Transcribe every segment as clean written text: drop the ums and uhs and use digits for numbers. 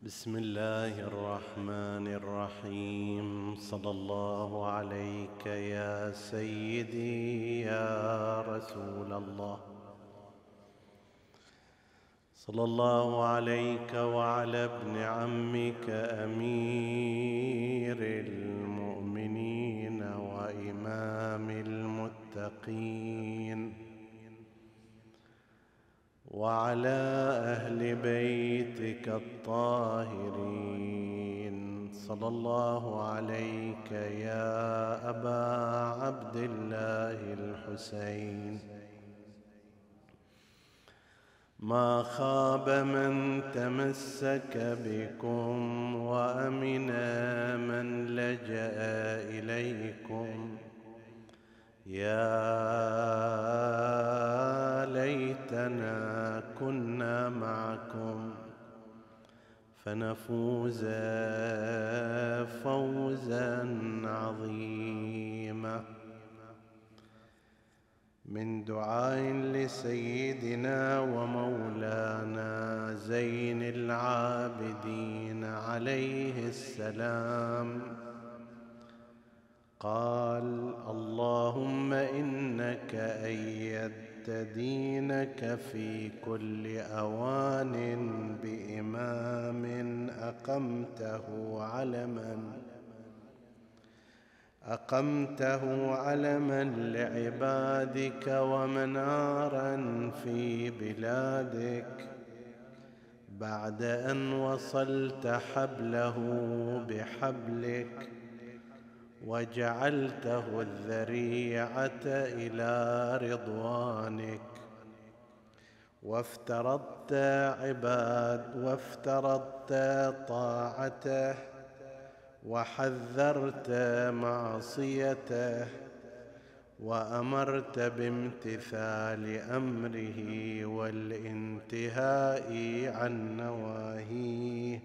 بسم الله الرحمن الرحيم. صلى الله عليك يا سيدي يا رسول الله. صلى الله عليك وعلى ابن عمك أمير المؤمنين وإمام المتقين، وعلى أهل بيتك الطاهرين. صلى الله عليك يا أبا عبد الله الحسين. ما خاب من تمسك بكم وأمن من لجأ إليكم. يا ليتنا كنا معكم فنفوز فوزا عظيما. من دعاء لسيدنا ومولانا زين العابدين عليه السلام، قال: اللهم إنك أيدت دينك في كل أوان بإمام أقمته علما لعبادك ومنارا في بلادك، بعد أن وصلت حبله بحبلك وجعلته الذريعة إلى رضوانك، وافترضت طاعته وحذرت معصيته، وأمرت بامتثال أمره والانتهاء عن نواهيه،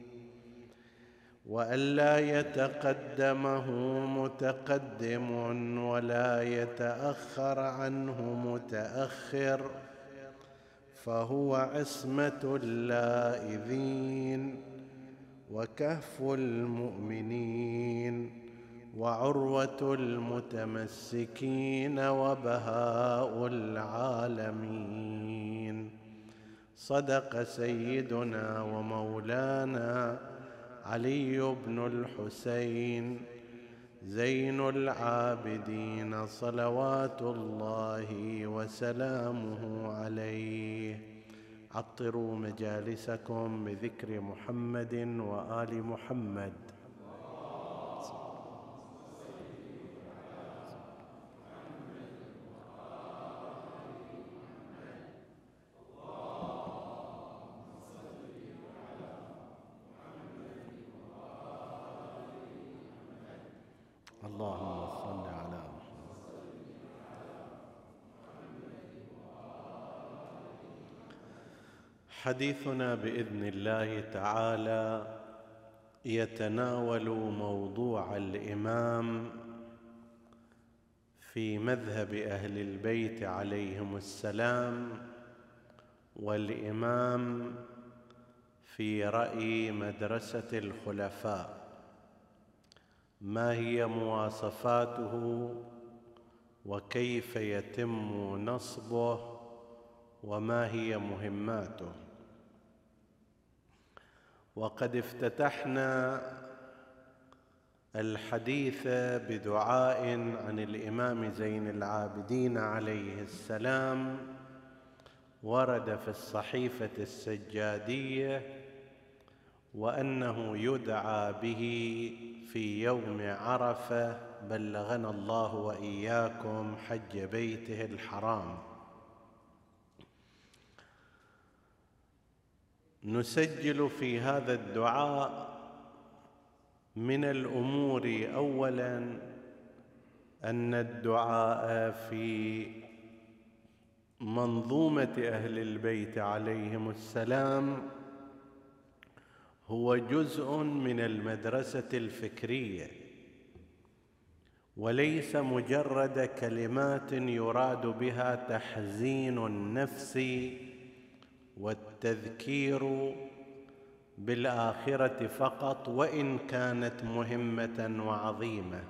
وألا يتقدمه متقدم ولا يتأخر عنه متأخر، فهو عصمة اللائذين وكهف المؤمنين وعروة المتمسكين وبهاء العالمين. صدق سيدنا ومولانا علي بن الحسين زين العابدين صلوات الله وسلامه عليه. عطروا مجالسكم بذكر محمد وآل محمد. اللهم صل على محمد. حديثنا بإذن الله تعالى يتناول موضوع الإمام في مذهب أهل البيت عليهم السلام، والإمام في رأي مدرسة الخلفاء. ما هي مواصفاته وكيف يتم نصبه وما هي مهماته؟ وقد افتتحنا الحديث بدعاء عن الإمام زين العابدين عليه السلام ورد في الصحيفة السجادية، وأنه يدعى به في يوم عرفة. بلغنا الله وإياكم حج بيته الحرام. نسجل في هذا الدعاء من الأمور أولاً أن الدعاء في منظومة أهل البيت عليهم السلام هو جزء من المدرسة الفكرية، وليس مجرد كلمات يراد بها تحزين النفس والتذكير بالآخرة فقط، وإن كانت مهمة وعظيمة،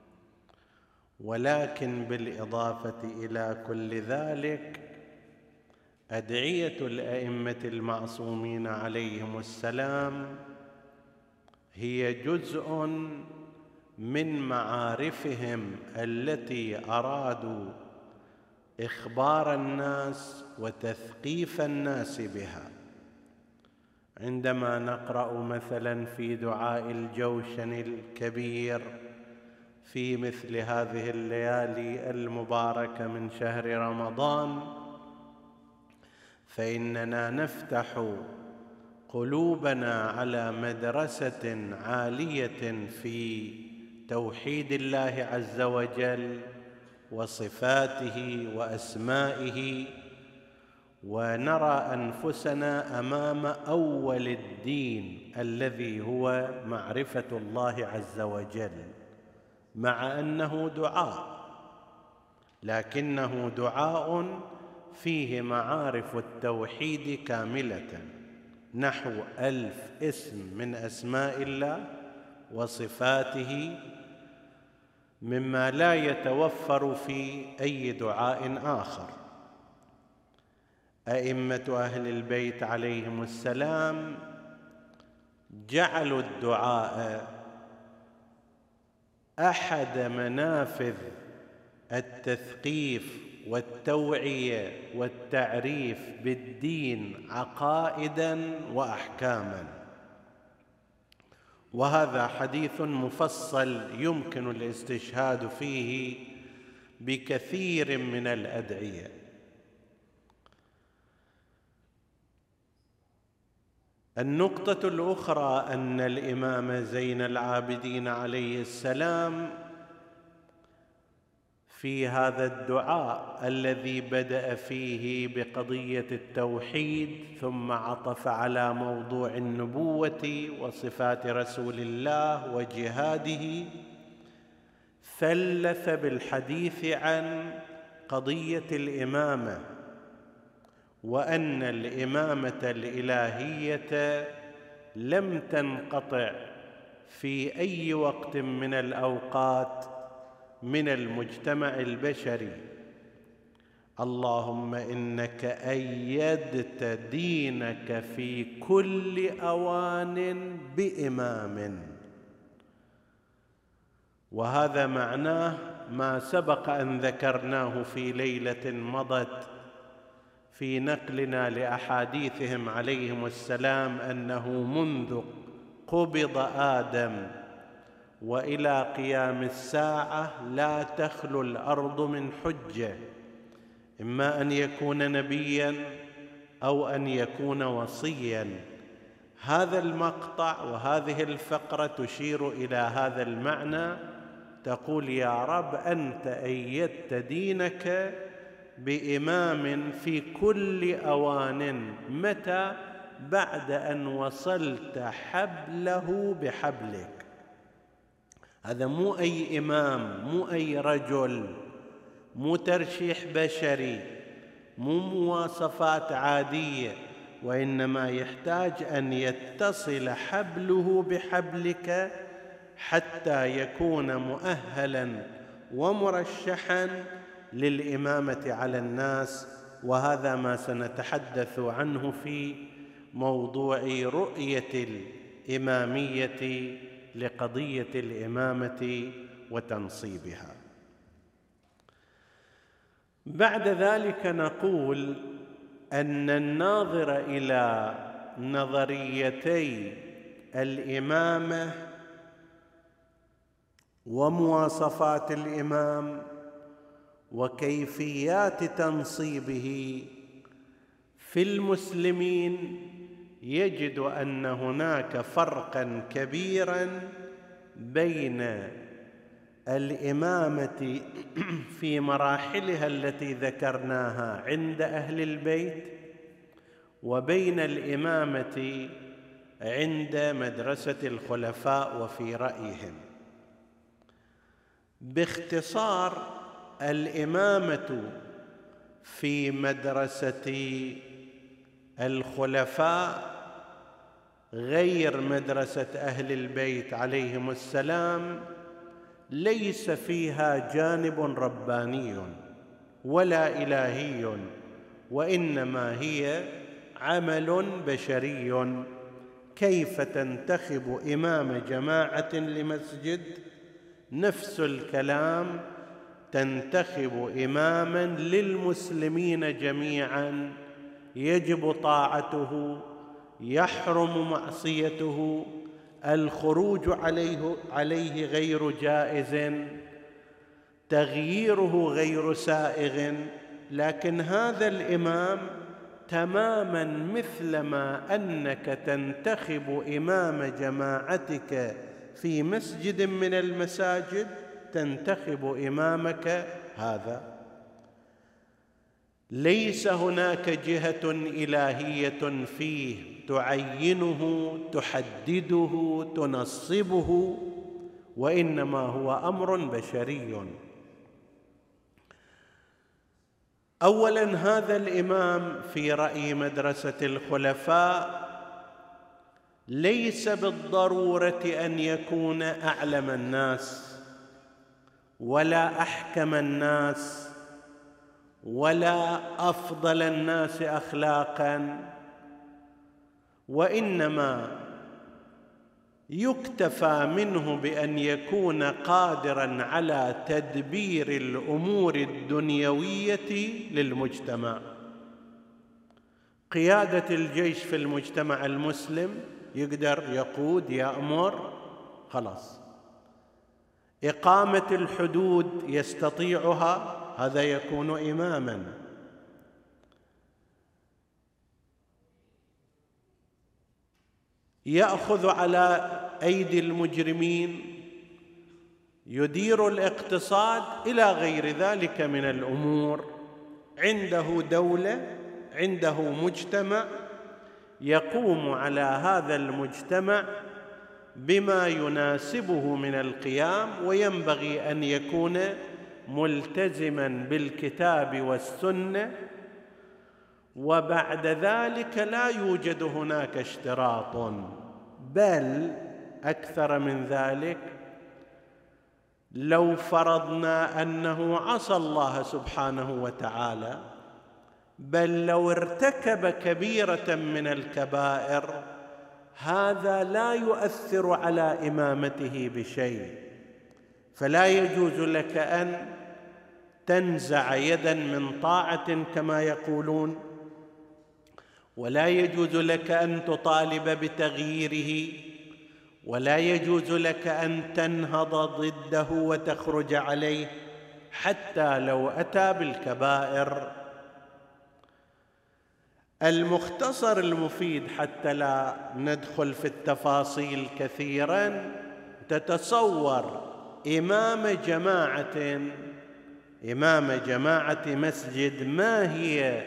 ولكن بالإضافة إلى كل ذلك أدعية الأئمة المعصومين عليهم السلام هي جزء من معارفهم التي أرادوا إخبار الناس وتثقيف الناس بها. عندما نقرأ مثلا في دعاء الجوشن الكبير في مثل هذه الليالي المباركة من شهر رمضان، فإننا نفتح قلوبنا على مدرسة عالية في توحيد الله عز وجل وصفاته وأسمائه، ونرى أنفسنا أمام أول الدين الذي هو معرفة الله عز وجل، مع أنه دعاء، لكنه دعاء فيه معارف التوحيد كاملة، نحو 1000 اسم من أسماء الله وصفاته، مما لا يتوفر في أي دعاء آخر. أئمة أهل البيت عليهم السلام جعلوا الدعاء أحد منافذ التثقيف والتوعية والتعريف بالدين عقائداً وأحكاماً، وهذا حديث مفصل يمكن الاستشهاد فيه بكثير من الأدعية. النقطة الأخرى أن الإمام زين العابدين عليه السلام في هذا الدعاء الذي بدأ فيه بقضية التوحيد ثم عطف على موضوع النبوة وصفات رسول الله وجهاده، ثلث بالحديث عن قضية الإمامة، وأن الإمامة الإلهية لم تنقطع في أي وقت من الأوقات من المجتمع البشري. اللهم إنك أيدت دينك في كل أوان بإمام، وهذا معناه ما سبق أن ذكرناه في ليلة مضت في نقلنا لأحاديثهم عليهم السلام، أنه منذ قبض آدم وإلى قيام الساعة لا تخلو الأرض من حجة، إما أن يكون نبياً أو أن يكون وصياً. هذا المقطع وهذه الفقرة تشير إلى هذا المعنى، تقول يا رب أنت أيدت دينك بإمام في كل أوان، متى؟ بعد أن وصلت حبله بحبلك. هذا مو أي إمام، مو أي رجل، مو ترشيح بشري، مو مواصفات عادية، وإنما يحتاج أن يتصل حبله بحبلك حتى يكون مؤهلاً ومرشحاً للإمامة على الناس. وهذا ما سنتحدث عنه في موضوع رؤية الإمامية لقضية الإمامة وتنصيبها. بعد ذلك نقول أن الناظر إلى نظريتي الإمامة ومواصفات الإمام وكيفيات تنصيبه في المسلمين يجد أن هناك فرقاً كبيراً بين الإمامة في مراحلها التي ذكرناها عند أهل البيت، وبين الإمامة عند مدرسة الخلفاء وفي رأيهم. باختصار، الإمامة في مدرسة الخلفاء غير مدرسة أهل البيت عليهم السلام ليس فيها جانب رباني ولا إلهي، وإنما هي عمل بشري. كيف تنتخب إمام جماعة لمسجد؟ نفس الكلام، تنتخب إماماً للمسلمين جميعاً يجب طاعته، يحرم معصيته، الخروج عليه غير جائز، تغييره غير سائغ. لكن هذا الإمام تماماً مثلما أنك تنتخب إمام جماعتك في مسجد من المساجد تنتخب إمامك هذا. ليس هناك جهة إلهية فيه تعينه، تحدده، تنصبه، وإنما هو أمر بشري. أولاً، هذا الإمام في رأي مدرسة الخلفاء ليس بالضرورة أن يكون أعلم الناس ولا أحكم الناس ولا أفضل الناس أخلاقاً، وإنما يكتفى منه بأن يكون قادراً على تدبير الأمور الدنيوية للمجتمع. قيادة الجيش في المجتمع المسلم يقدر يقود، يأمر، خلاص. إقامة الحدود يستطيعها، هذا يكون إماماً. يأخذ على أيدي المجرمين، يدير الاقتصاد إلى غير ذلك من الأمور. عنده دولة، عنده مجتمع، يقوم على هذا المجتمع بما يناسبه من القيام، وينبغي أن يكون ملتزماً بالكتاب والسنة. وبعد ذلك لا يوجد هناك اشتراط، بل أكثر من ذلك، لو فرضنا أنه عصى الله سبحانه وتعالى، بل لو ارتكب كبيرة من الكبائر، هذا لا يؤثر على إمامته بشيء. فلا يجوز لك أن تنزع يداً من طاعة كما يقولون، ولا يجوز لك أن تطالب بتغييره، ولا يجوز لك أن تنهض ضده وتخرج عليه حتى لو أتى بالكبائر. المختصر المفيد، حتى لا ندخل في التفاصيل كثيراً، تتصور إمام جماعة مسجد، ما هي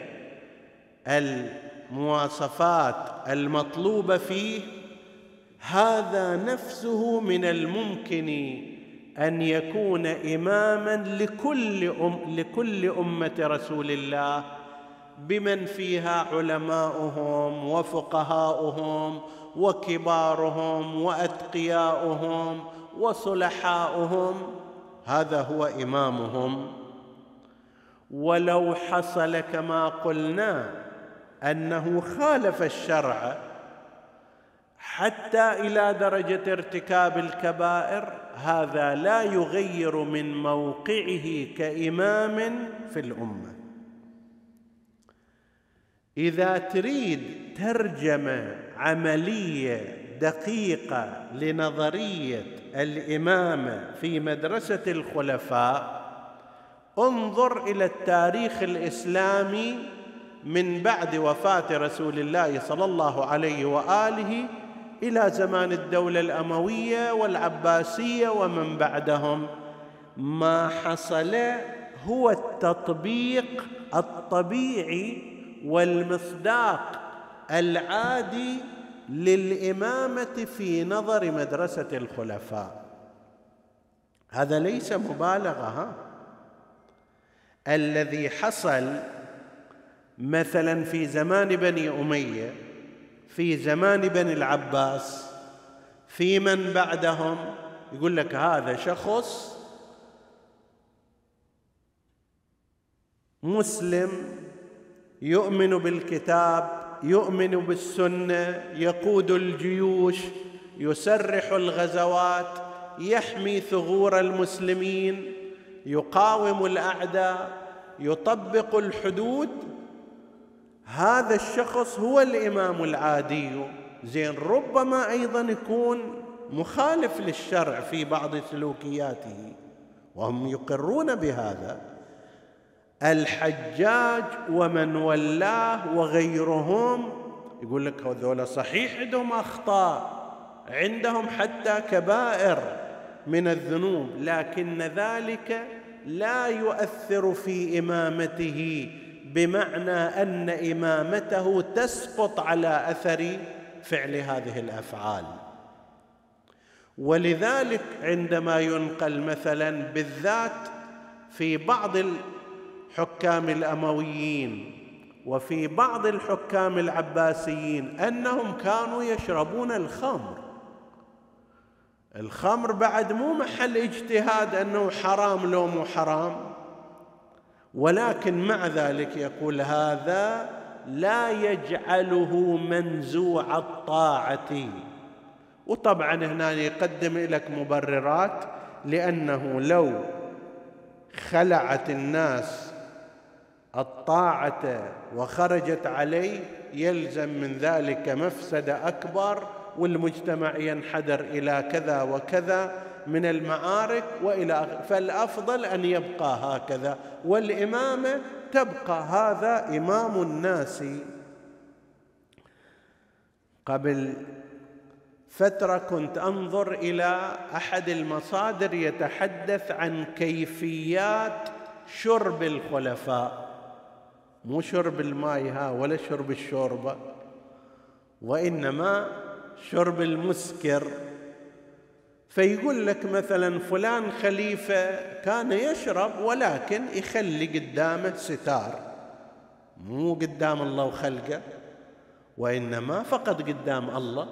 المواصفات المطلوبة فيه؟ هذا نفسه من الممكن أن يكون إماماً لكل أمة رسول الله، بمن فيها علماؤهم وفقهاؤهم وكبارهم وأتقياؤهم وصلحاؤهم، هذا هو إمامهم. ولو حصل كما قلنا أنه خالف الشرع حتى إلى درجة ارتكاب الكبائر، هذا لا يغير من موقعه كإمام في الأمة. إذا تريد ترجمة عملية دقيقة لنظرية الإمامة في مدرسة الخلفاء، انظر إلى التاريخ الإسلامي من بعد وفاة رسول الله صلى الله عليه وآله إلى زمان الدولة الأموية والعباسية ومن بعدهم. ما حصل هو التطبيق الطبيعي والمصداق العادي للإمامة في نظر مدرسة الخلفاء. هذا ليس مبالغة. الذي حصل مثلا في زمان بني أمية في زمان بني العباس، في من بعدهم، يقول لك هذا شخص مسلم يؤمن بالكتاب، يؤمن بالسنة، يقود الجيوش، يسرح الغزوات، يحمي ثغور المسلمين، يقاوم الأعداء، يطبق الحدود. هذا الشخص هو الإمام العادي. زين، ربما أيضا يكون مخالف للشرع في بعض سلوكياته، وهم يقرون بهذا. الحجاج ومن ولاه وغيرهم يقول لك هذول صحيح عندهم أخطاء، عندهم حتى كبائر من الذنوب، لكن ذلك لا يؤثر في إمامته، بمعنى أن إمامته تسقط على أثر فعل هذه الأفعال. ولذلك عندما ينقل مثلا بالذات في بعض الحكام الأمويين وفي بعض الحكام العباسيين أنهم كانوا يشربون الخمر بعد مو محل اجتهاد أنه حرام لو مو حرام، ولكن مع ذلك يقول هذا لا يجعله منزوع الطاعة. وطبعا هنا يقدم لك مبررات، لأنه لو خلعت الناس الطاعة وخرجت عليه يلزم من ذلك مفسدة أكبر، والمجتمع ينحدر إلى كذا وكذا من المعارك وإلى فالأفضل أن يبقى هكذا، والإمامة تبقى. هذا إمام الناس. قبل فترة كنت أنظر إلى أحد المصادر يتحدث عن كيفيات شرب الخلفاء، مو شرب الماء ولا شرب الشوربة، وإنما شرب المسكر. فيقول لك مثلا فلان خليفة كان يشرب ولكن يخلي قدامه ستار، مو قدام الله وخلقه، وإنما فقط قدام الله،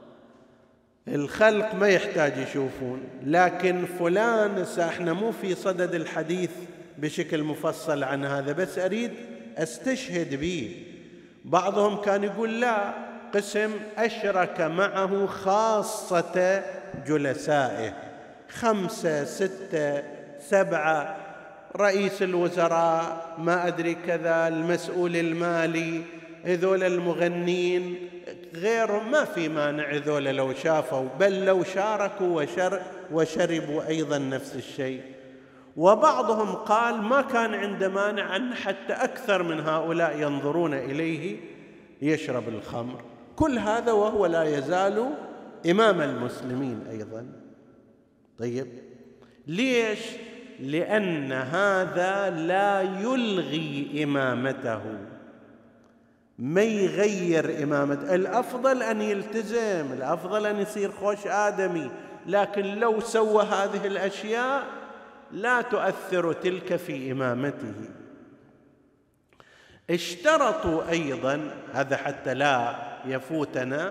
الخلق ما يحتاج يشوفون. لكن فلان، احنا مو في صدد الحديث بشكل مفصل عن هذا، بس أريد أستشهد به. بعضهم كان يقول لا، قسم أشرك معه خاصة جلسائه، 5 6 7، رئيس الوزراء، ما أدري كذا، المسؤول المالي، هذول المغنين، غيرهم ما في مانع هذول لو شافوا، بل لو شاركوا وشربوا أيضا نفس الشيء. وبعضهم قال ما كان عنده مانع أن حتى أكثر من هؤلاء ينظرون إليه يشرب الخمر. كل هذا وهو لا يزال إمام المسلمين أيضا. طيب، ليش؟ لأن هذا لا يلغي إمامته، ما يغير إمامته. الأفضل أن يلتزم، الأفضل أن يصير خوش آدمي، لكن لو سوى هذه الأشياء لا تؤثر تلك في إمامته. اشترطوا أيضا، هذا حتى لا يفوتنا،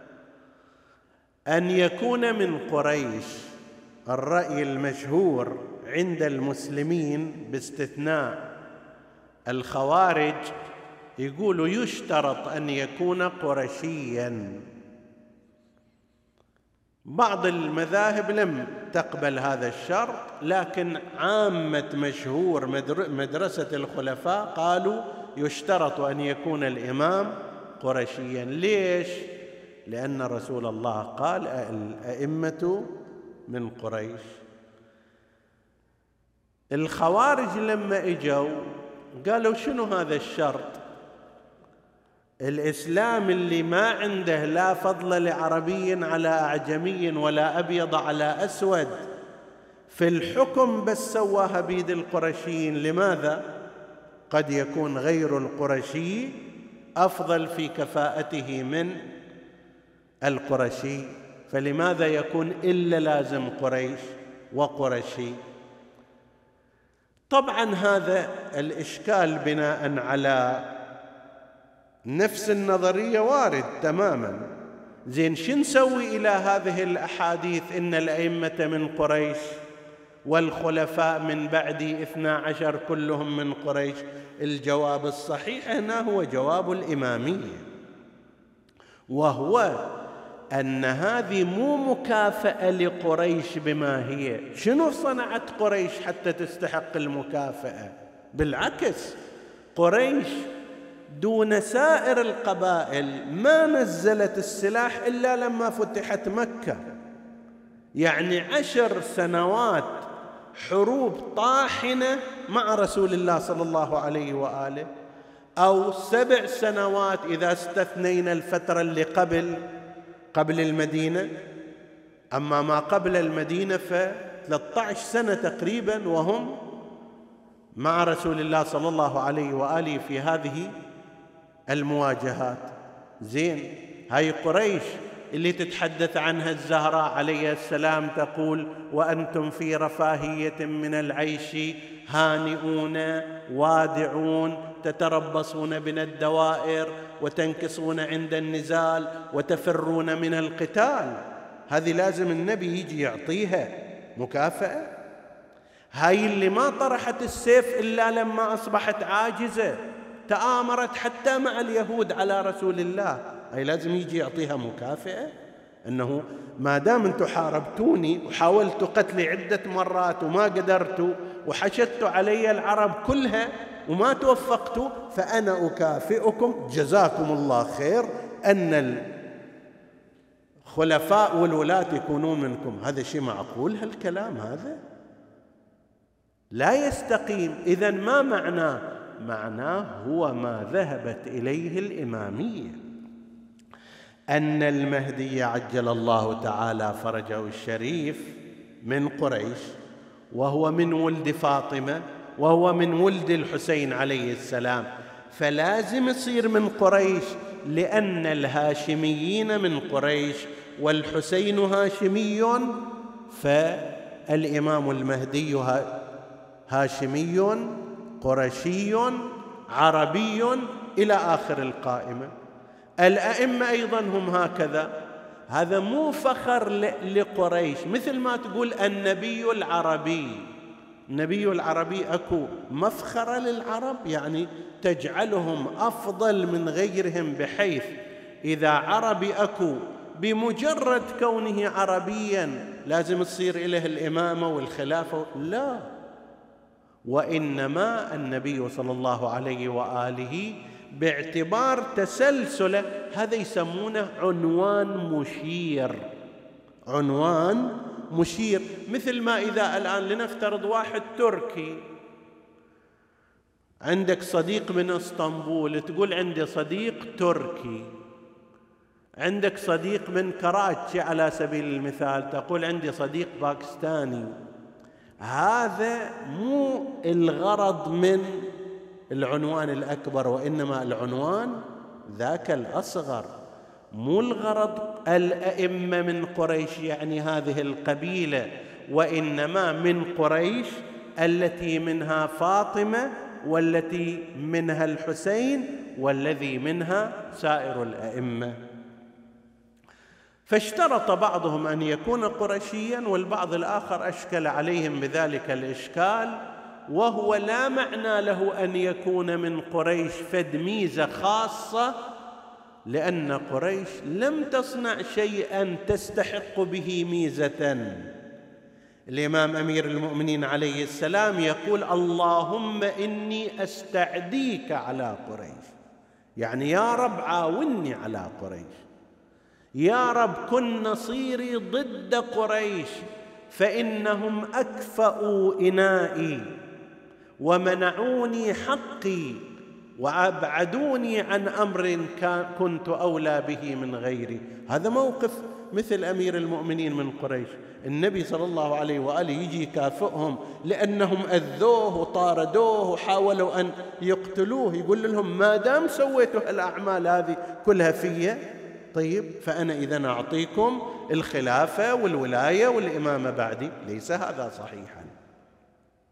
أن يكون من قريش. الرأي المشهور عند المسلمين باستثناء الخوارج يقولوا يشترط أن يكون قرشيا. بعض المذاهب لم تقبل هذا الشرط، لكن عامة مشهور مدرسة الخلفاء قالوا يشترط أن يكون الإمام قرشيا. ليش؟ لأن رسول الله قال الأئمة من قريش. الخوارج لما اجوا قالوا شنو هذا الشرط؟ الإسلام اللي ما عنده لا فضل لعربي على أعجمي ولا أبيض على أسود، في الحكم بس سواها بيد القرشيين. لماذا؟ قد يكون غير القرشي أفضل في كفاءته من القرشي، فلماذا يكون إلا لازم قريش وقرشي؟ طبعا هذا الإشكال بناء على نفس النظرية وارد تماما. زين شو نسوي إلى هذه الأحاديث إن الأئمة من قريش والخلفاء من بعدي 12 كلهم من قريش؟ الجواب الصحيح هنا هو جواب الإمامية، وهو أن هذه مو مكافأة لقريش بما هي. شنو صنعت قريش حتى تستحق المكافأة؟ بالعكس، قريش دون سائر القبائل ما نزلت السلاح إلا لما فتحت مكة. يعني 10 سنوات حروب طاحنة مع رسول الله صلى الله عليه وآله، أو 7 سنوات إذا استثنينا الفترة اللي قبل المدينة. أما ما قبل المدينة ف13 سنة تقريبا وهم مع رسول الله صلى الله عليه وآله في هذه المواجهات. زين، هاي قريش اللي تتحدث عنها الزهراء عليه السلام، تقول: وأنتم في رفاهية من العيش هانئون وادعون، تتربصون بنا الدوائر وتنكصون عند النزال وتفرون من القتال. هذه لازم النبي يجي يعطيها مكافأة. هاي اللي ما طرحت السيف إلا لما أصبحت عاجزة، تآمرت حتى مع اليهود على رسول الله، هاي لازم يجي يعطيها مكافأة. أنه ما دام أنتم حاربتوني وحاولتوا قتلي عدة مرات وما قدرتوا وحشدتوا علي العرب كلها وما توفقتوا، فأنا أكافئكم، جزاكم الله خير أن الخلفاء والولاة يكونون منكم. هذا شيء معقول؟ هالكلام هذا لا يستقيم. إذن ما معناه؟ معناه هو ما ذهبت إليه الإمامية، أن المهدي عجل الله تعالى فرجه الشريف من قريش، وهو من ولد فاطمة، وهو من ولد الحسين عليه السلام، فلازم يصير من قريش، لأن الهاشميين من قريش والحسين هاشمي، فالإمام المهدي هاشمي قرشي عربي إلى آخر القائمة. الأئمة أيضا هم هكذا. هذا مو فخر لقريش، مثل ما تقول النبي العربي. النبي العربي أكو مفخرة للعرب، يعني تجعلهم أفضل من غيرهم، بحيث إذا عربي أكو بمجرد كونه عربيا لازم تصير إليه الإمامة والخلافة؟ لا، وإنما النبي صلى الله عليه وآله باعتبار تسلسله، هذا يسمونه عنوان مشير. عنوان مشير، مثل ما إذا الآن لنفترض واحد تركي، عندك صديق من اسطنبول تقول عندي صديق تركي، عندك صديق من كراتشي على سبيل المثال تقول عندي صديق باكستاني. هذا مو الغرض من العنوان الأكبر، وإنما العنوان ذاك الأصغر. مو الغرض الأئمة من قريش يعني هذه القبيلة، وإنما من قريش التي منها فاطمة، والتي منها الحسين، والذي منها سائر الأئمة. فاشترط بعضهم أن يكون قرشيا، والبعض الآخر أشكل عليهم بذلك الإشكال، وهو لا معنى له أن يكون من قريش فد ميزة خاصة، لأن قريش لم تصنع شيئا تستحق به ميزة. الإمام أمير المؤمنين عليه السلام يقول: اللهم إني أستعديك على قريش، يعني يا رب عاوني على قريش، يا رب كن نصيري ضد قريش، فإنهم أكفأوا إنائي ومنعوني حقي وأبعدوني عن أمر كنت أولى به من غيري. هذا موقف مثل أمير المؤمنين من قريش. النبي صلى الله عليه وآله يجي يكافئهم لأنهم أذوه وطاردوه وحاولوا أن يقتلوه، يقول لهم: ما دام سويتوا الأعمال هذه كلها فيا، طيب فأنا إذن أعطيكم الخلافة والولاية والإمامة بعدي. ليس هذا صحيحا.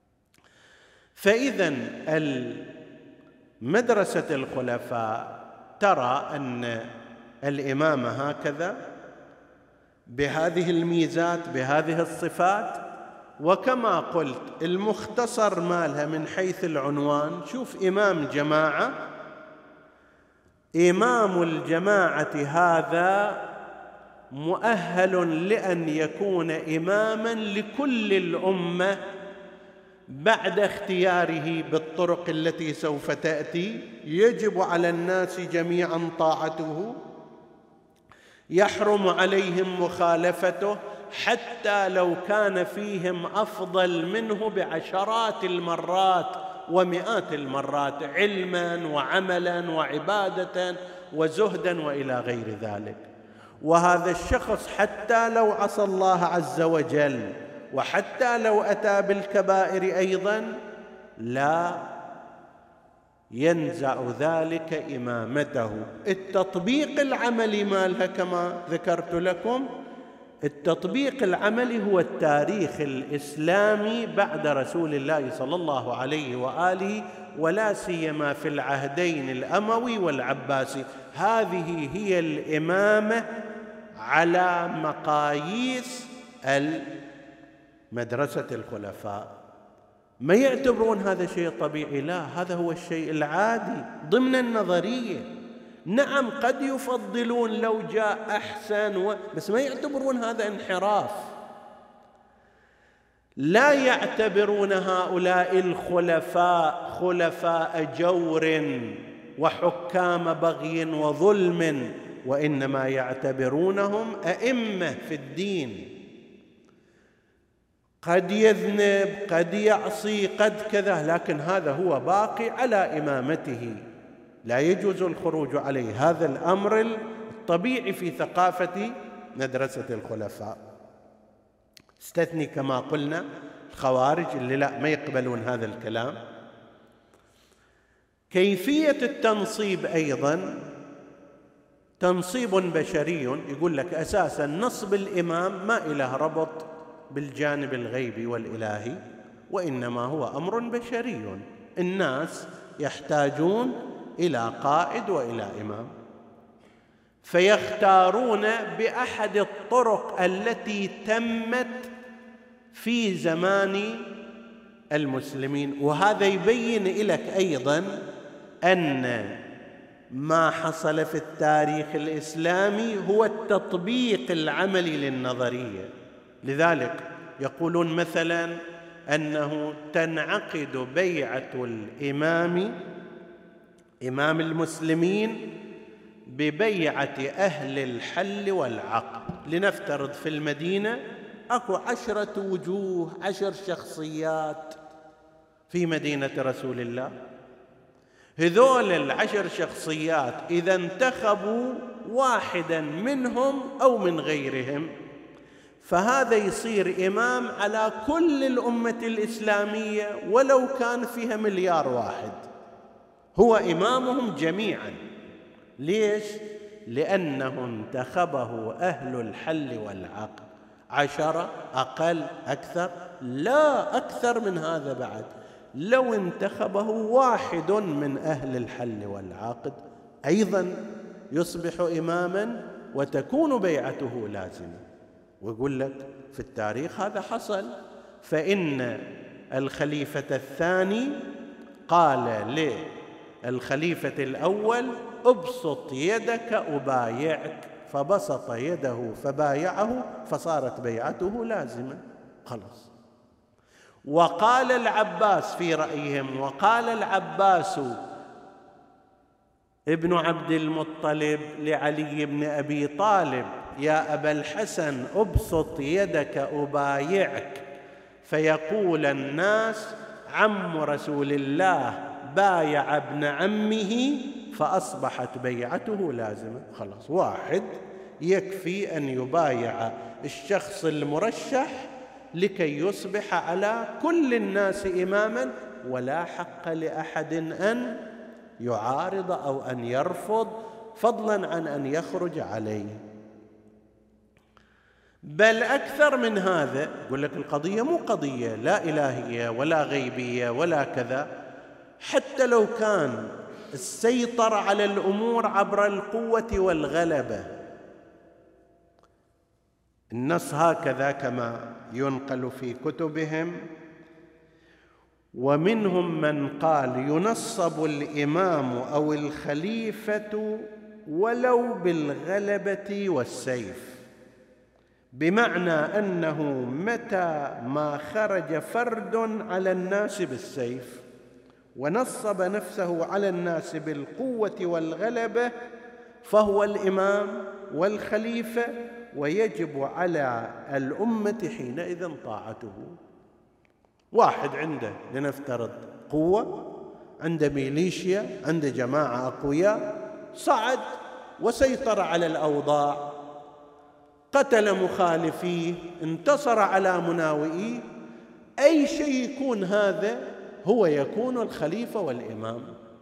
فإذن مدرسة الخلفاء ترى أن الإمامة هكذا بهذه الميزات بهذه الصفات. وكما قلت المختصر مالها من حيث العنوان، شوف إمام جماعة، إمام الجماعة هذا مؤهل لأن يكون إماماً لكل الأمة بعد اختياره بالطرق التي سوف تأتي. يجب على الناس جميعاً طاعته، يحرم عليهم مخالفته، حتى لو كان فيهم أفضل منه بعشرات المرات ومئات المرات علماً وعملاً وعبادة وزهداً وإلى غير ذلك. وهذا الشخص حتى لو عصى الله عز وجل وحتى لو أتى بالكبائر أيضاً لا ينزع ذلك إمامته. التطبيق العملي مالها كما ذكرت لكم، التطبيق العملي هو التاريخ الإسلامي بعد رسول الله صلى الله عليه وآله، ولا سيما في العهدين الأموي والعباسي. هذه هي الإمامة على مقاييس مدرسة الخلفاء. ما يعتبرون هذا شيء طبيعي، لا، هذا هو الشيء العادي ضمن النظرية. نعم قد يفضلون لو جاء أحسن بس ما يعتبرون هذا انحراف. لا يعتبرون هؤلاء الخلفاء خلفاء جور وحكام بغي وظلم، وإنما يعتبرونهم أئمة في الدين. قد يذنب، قد يعصي، قد كذا، لكن هذا هو باقي على إمامته، لا يجوز الخروج عليه. هذا الأمر الطبيعي في ثقافة مدرسة الخلفاء. استثني كما قلنا الخوارج اللي لا، ما يقبلون هذا الكلام. كيفية التنصيب أيضا تنصيب بشري. يقول لك أساسا نصب الإمام ما إله ربط بالجانب الغيبي والإلهي، وإنما هو أمر بشري. الناس يحتاجون إلى قائد وإلى إمام، فيختارون بأحد الطرق التي تمت في زمان المسلمين. وهذا يبين لك أيضا أن ما حصل في التاريخ الإسلامي هو التطبيق العملي للنظرية. لذلك يقولون مثلا أنه تنعقد بيعة الإمام إمام المسلمين ببيعة أهل الحل والعقد. لنفترض في المدينة أكو 10 وجوه، 10 شخصيات في مدينة رسول الله. هذول 10 شخصيات إذا انتخبوا واحدا منهم أو من غيرهم، فهذا يصير إمام على كل الأمة الإسلامية ولو كان فيها 1,000,000,000 واحد، هو إمامهم جميعا. ليش؟ لأنه انتخبه أهل الحل والعقد. 10 أقل أكثر؟ لا، أكثر من هذا بعد. لو انتخبه واحد من أهل الحل والعقد أيضا يصبح إماما وتكون بيعته لازمة. ويقول لك في التاريخ هذا حصل. فإن الخليفة الثاني قال للخليفة الأول ابسط يدك أبايعك، فبسط يده فبايعه، فصارت بيعته لازمة، خلاص. وقال العباس في رأيهم، وقال العباس ابن عبد المطلب لعلي بن أبي طالب يا أبا الحسن ابسط يدك أبايعك، فيقول الناس عم رسول الله بايع ابن عمه فأصبحت بيعته لازمة، خلاص. واحد يكفي أن يبايع الشخص المرشح لكي يصبح على كل الناس إماما، ولا حق لأحد أن يعارض أو أن يرفض، فضلا عن أن يخرج عليه. بل أكثر من هذا، يقول لك القضية مو قضية لا إلهية ولا غيبية ولا كذا. حتى لو كان السيطرة على الأمور عبر القوة والغلبة. النص هكذا كما ينقل في كتبهم. ومنهم من قال ينصب الإمام أو الخليفة ولو بالغلبة والسيف، بمعنى أنه متى ما خرج فرد على الناس بالسيف ونصب نفسه على الناس بالقوة والغلبة فهو الإمام والخليفة، ويجب على الأمة حينئذ طاعته. واحد عنده لنفترض قوة، عنده ميليشيا، عنده جماعة أقوياء، صعد وسيطر على الأوضاع، قتل مخالفيه، انتصر على مناوئيه، أي شيء يكون هذا هو يكون الخليفة والإمام.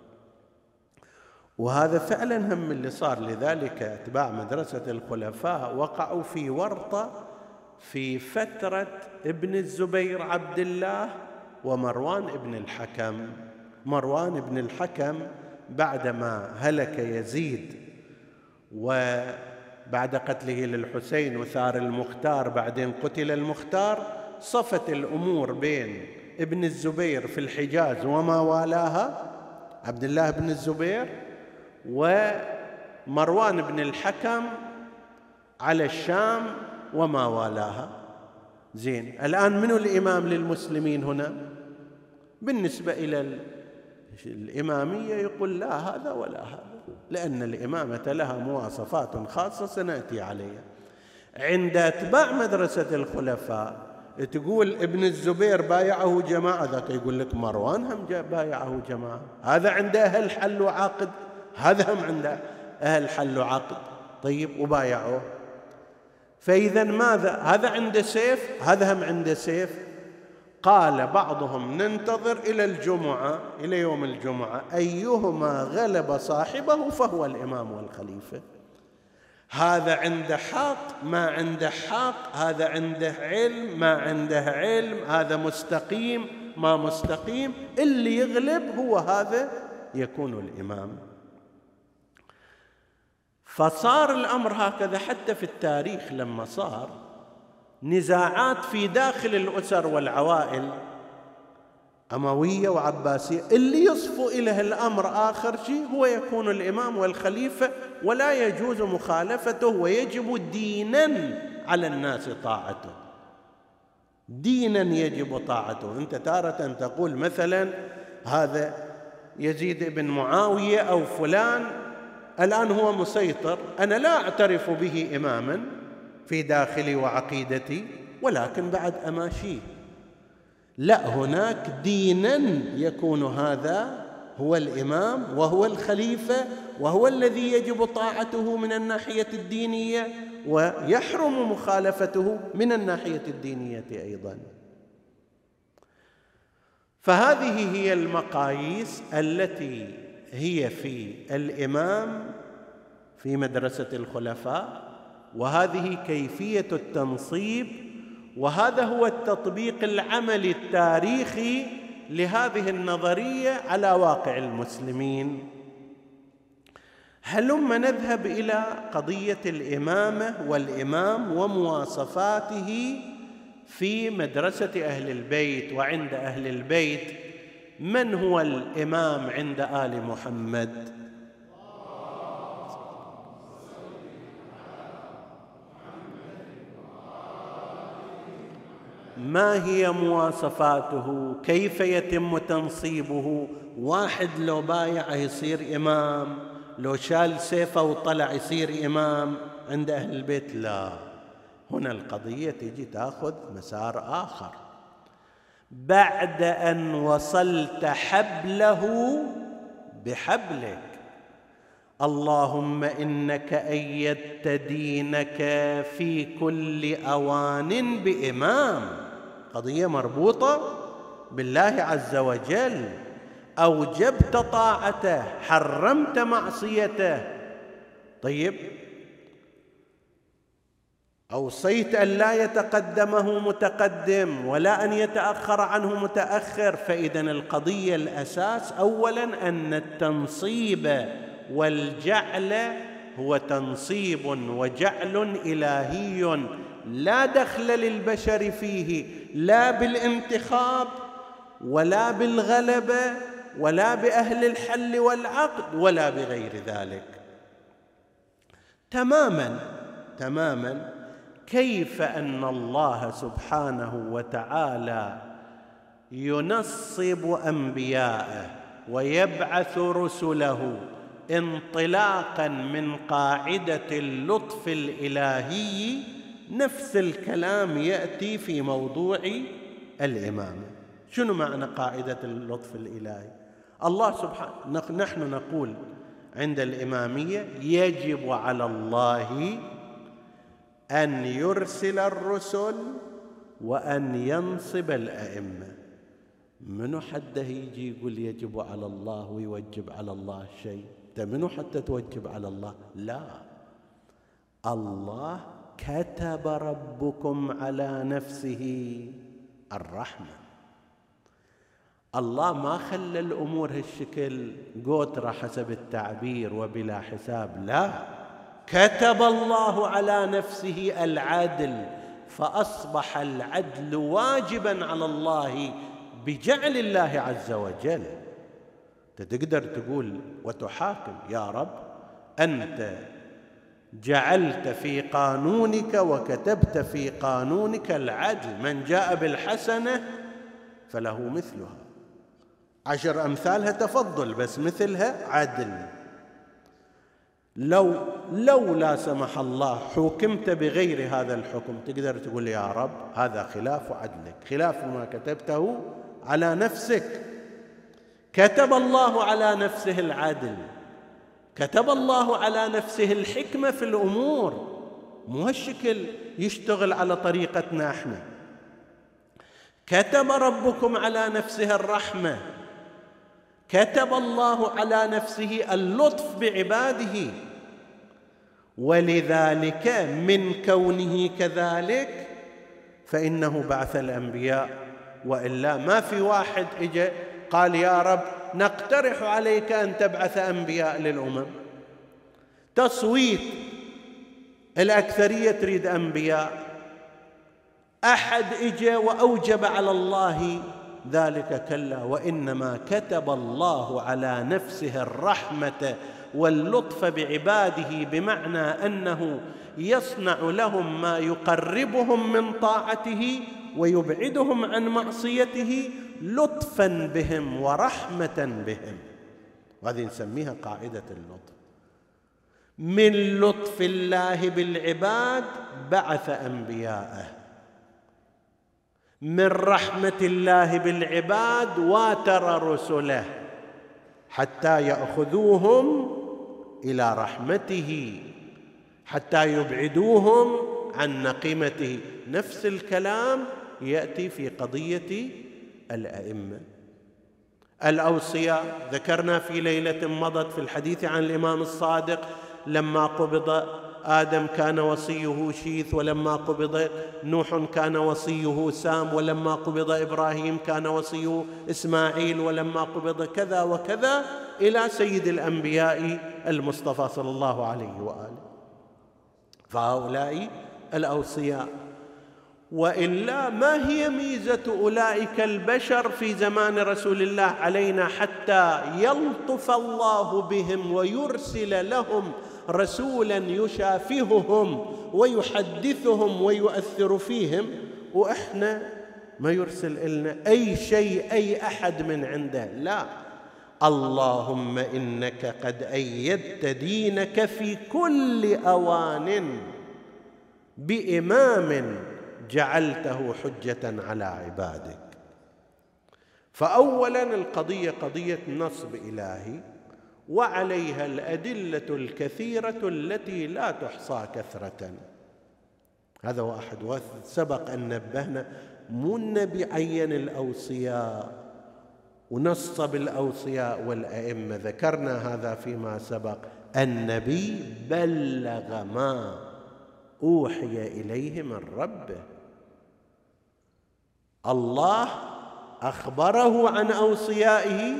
وهذا فعلا هم اللي صار. لذلك أتباع مدرسة الخلفاء وقعوا في ورطة في فترة ابن الزبير عبد الله ومروان ابن الحكم. مروان ابن الحكم بعدما هلك يزيد وبعد قتله للحسين وثار المختار، بعدين قتل المختار، صفت الأمور بين ابن الزبير في الحجاز وما والاها عبد الله بن الزبير، ومروان بن الحكم على الشام وما والاها. زين، الآن من الإمام للمسلمين هنا؟ بالنسبة إلى الإمامية يقول لا هذا ولا هذا، لأن الإمامة لها مواصفات خاصة سنأتي عليها. عند أتباع مدرسة الخلفاء تقول ابن الزبير بايعه جماعة، ذاك يقول لك مروان هم بايعه جماعة. هذا عنده أهل حل وعقد، هذا هم عنده أهل حل وعقد، طيب وبايعوه. فإذا ماذا؟ هذا عنده سيف، هذا هم عنده سيف. قال بعضهم ننتظر إلى الجمعة، إلى يوم الجمعة، أيهما غلب صاحبه فهو الإمام والخليفة. هذا عنده حق ما عنده حق، هذا عنده علم ما عنده علم، هذا مستقيم ما مستقيم، اللي يغلب هو هذا يكون الإمام. فصار الأمر هكذا حتى في التاريخ. لما صار نزاعات في داخل الأسر والعوائل أموية وعباسية، اللي يصفو إليه الأمر آخر شيء هو يكون الإمام والخليفة، ولا يجوز مخالفته، ويجب ديناً على الناس طاعته. ديناً يجب طاعته. أنت تارة تقول مثلاً هذا يزيد بن معاوية أو فلان الآن هو مسيطر، أنا لا أعترف به إماماً في داخلي وعقيدتي، ولكن بعد أماشيه. لا، هناك ديناً يكون هذا هو الإمام وهو الخليفة وهو الذي يجب طاعته من الناحية الدينية، ويحرم مخالفته من الناحية الدينية أيضاً. فهذه هي المقاييس التي هي في الإمام في مدرسة الخلفاء، وهذه كيفية التنصيب، وهذا هو التطبيق العملي التاريخي لهذه النظرية على واقع المسلمين. هلما نذهب إلى قضية الإمامة والإمام ومواصفاته في مدرسة أهل البيت وعند أهل البيت. من هو الإمام عند آل محمد؟ ما هي مواصفاته؟ كيف يتم تنصيبه؟ واحد لو بايع يصير إمام، لو شال سيفه وطلع يصير إمام عند أهل البيت؟ لا، هنا القضية تجي تأخذ مسار آخر. بعد أن وصلت حبله بحبلك، اللهم إنك أيدت دينك في كل أوان بإمام، قضية مربوطة بالله عز وجل. أوجبت طاعته، حرمت معصيته. طيب أوصيت أن لا يتقدمه متقدم ولا أن يتأخر عنه متأخر. فإذا القضية الأساس أولا أن التنصيب والجعل هو تنصيب وجعل إلهي لا دخل للبشر فيه، لا بالانتخاب ولا بالغلبة ولا بأهل الحل والعقد ولا بغير ذلك. تماما كيف أن الله سبحانه وتعالى ينصب أنبياءه ويبعث رسله انطلاقا من قاعدة اللطف الإلهي، نفس الكلام يأتي في موضوع الإمامة. شنو معنى قاعدة اللطف الإلهي؟ الله سبحانه، نحن نقول عند الإمامية يجب على الله أن يرسل الرسل وأن ينصب الأئمة. منو حتى يجي يقول يجب على الله ويوجب على الله شيء؟ منو حتى توجب على الله؟ لا، الله كتب ربكم على نفسه الرحمة. الله ما خلى الأمور هالشكل قوترة حسب التعبير وبلا حساب، لا، كتب الله على نفسه العدل، فأصبح العدل واجبا على الله بجعل الله عز وجل. تقدر تقول وتحاكم يا رب أنت جعلت في قانونك وكتبت في قانونك العدل، من جاء بالحسنة فله مثلها 10 أمثالها تفضل، بس مثلها عدل. لو لا سمح الله حكمت بغير هذا الحكم، تقدر تقول يا رب هذا خلاف عدلك، خلاف ما كتبته على نفسك. كتب الله على نفسه العدل، كتب الله على نفسه الحكمة في الأمور، مو هالشكل يشتغل على طريقتنا احنا. كتب ربكم على نفسه الرحمة، كتب الله على نفسه اللطف بعباده، ولذلك من كونه كذلك فإنه بعث الأنبياء. وإلا ما في واحد إجا قال يا رب نقترح عليك أن تبعث أنبياء للأمم، تصويت، الأكثرية تريد أنبياء، أحد إجا وأوجب على الله ذلك، كلا، وإنما كتب الله على نفسه الرحمة واللطف بعباده، بمعنى أنه يصنع لهم ما يقربهم من طاعته ويبعدهم عن معصيته لطفا بهم ورحمة بهم. وهذه نسميها قاعدة اللطف. من لطف الله بالعباد بعث أنبياءه، من رحمة الله بالعباد واتر رسله حتى يأخذوهم إلى رحمته، حتى يبعدوهم عن نقمته. نفس الكلام يأتي في قضية الأئمة. الأوصياء ذكرنا في ليلة مضت في الحديث عن الإمام الصادق، لما قبض آدم كان وصيه شيث، ولما قبض نوح كان وصيه سام، ولما قبض إبراهيم كان وصيه إسماعيل، ولما قبض كذا وكذا إلى سيد الأنبياء المصطفى صلى الله عليه وآله. فهؤلاء الأوصياء. وإلا ما هي ميزة أولئك البشر في زمان رسول الله علينا حتى يلطف الله بهم ويرسل لهم رسولا يشافههم ويحدثهم ويؤثر فيهم، وإحنا ما يرسل لنا أي شيء أي أحد من عنده؟ لا، اللهم إنك قد أيدت دينك في كل أوان بإمام جعلته حجة على عبادك. فأولا القضية قضية نصب إلهي، وعليها الأدلة الكثيرة التي لا تحصى كثرة. هذا واحد. وسبق أن نبهنا مو النبي عين الأوصياء ونصب الأوصياء والأئمة، ذكرنا هذا فيما سبق. النبي بلغ ما أوحي إليه من ربه. الله أخبره عن أوصيائه،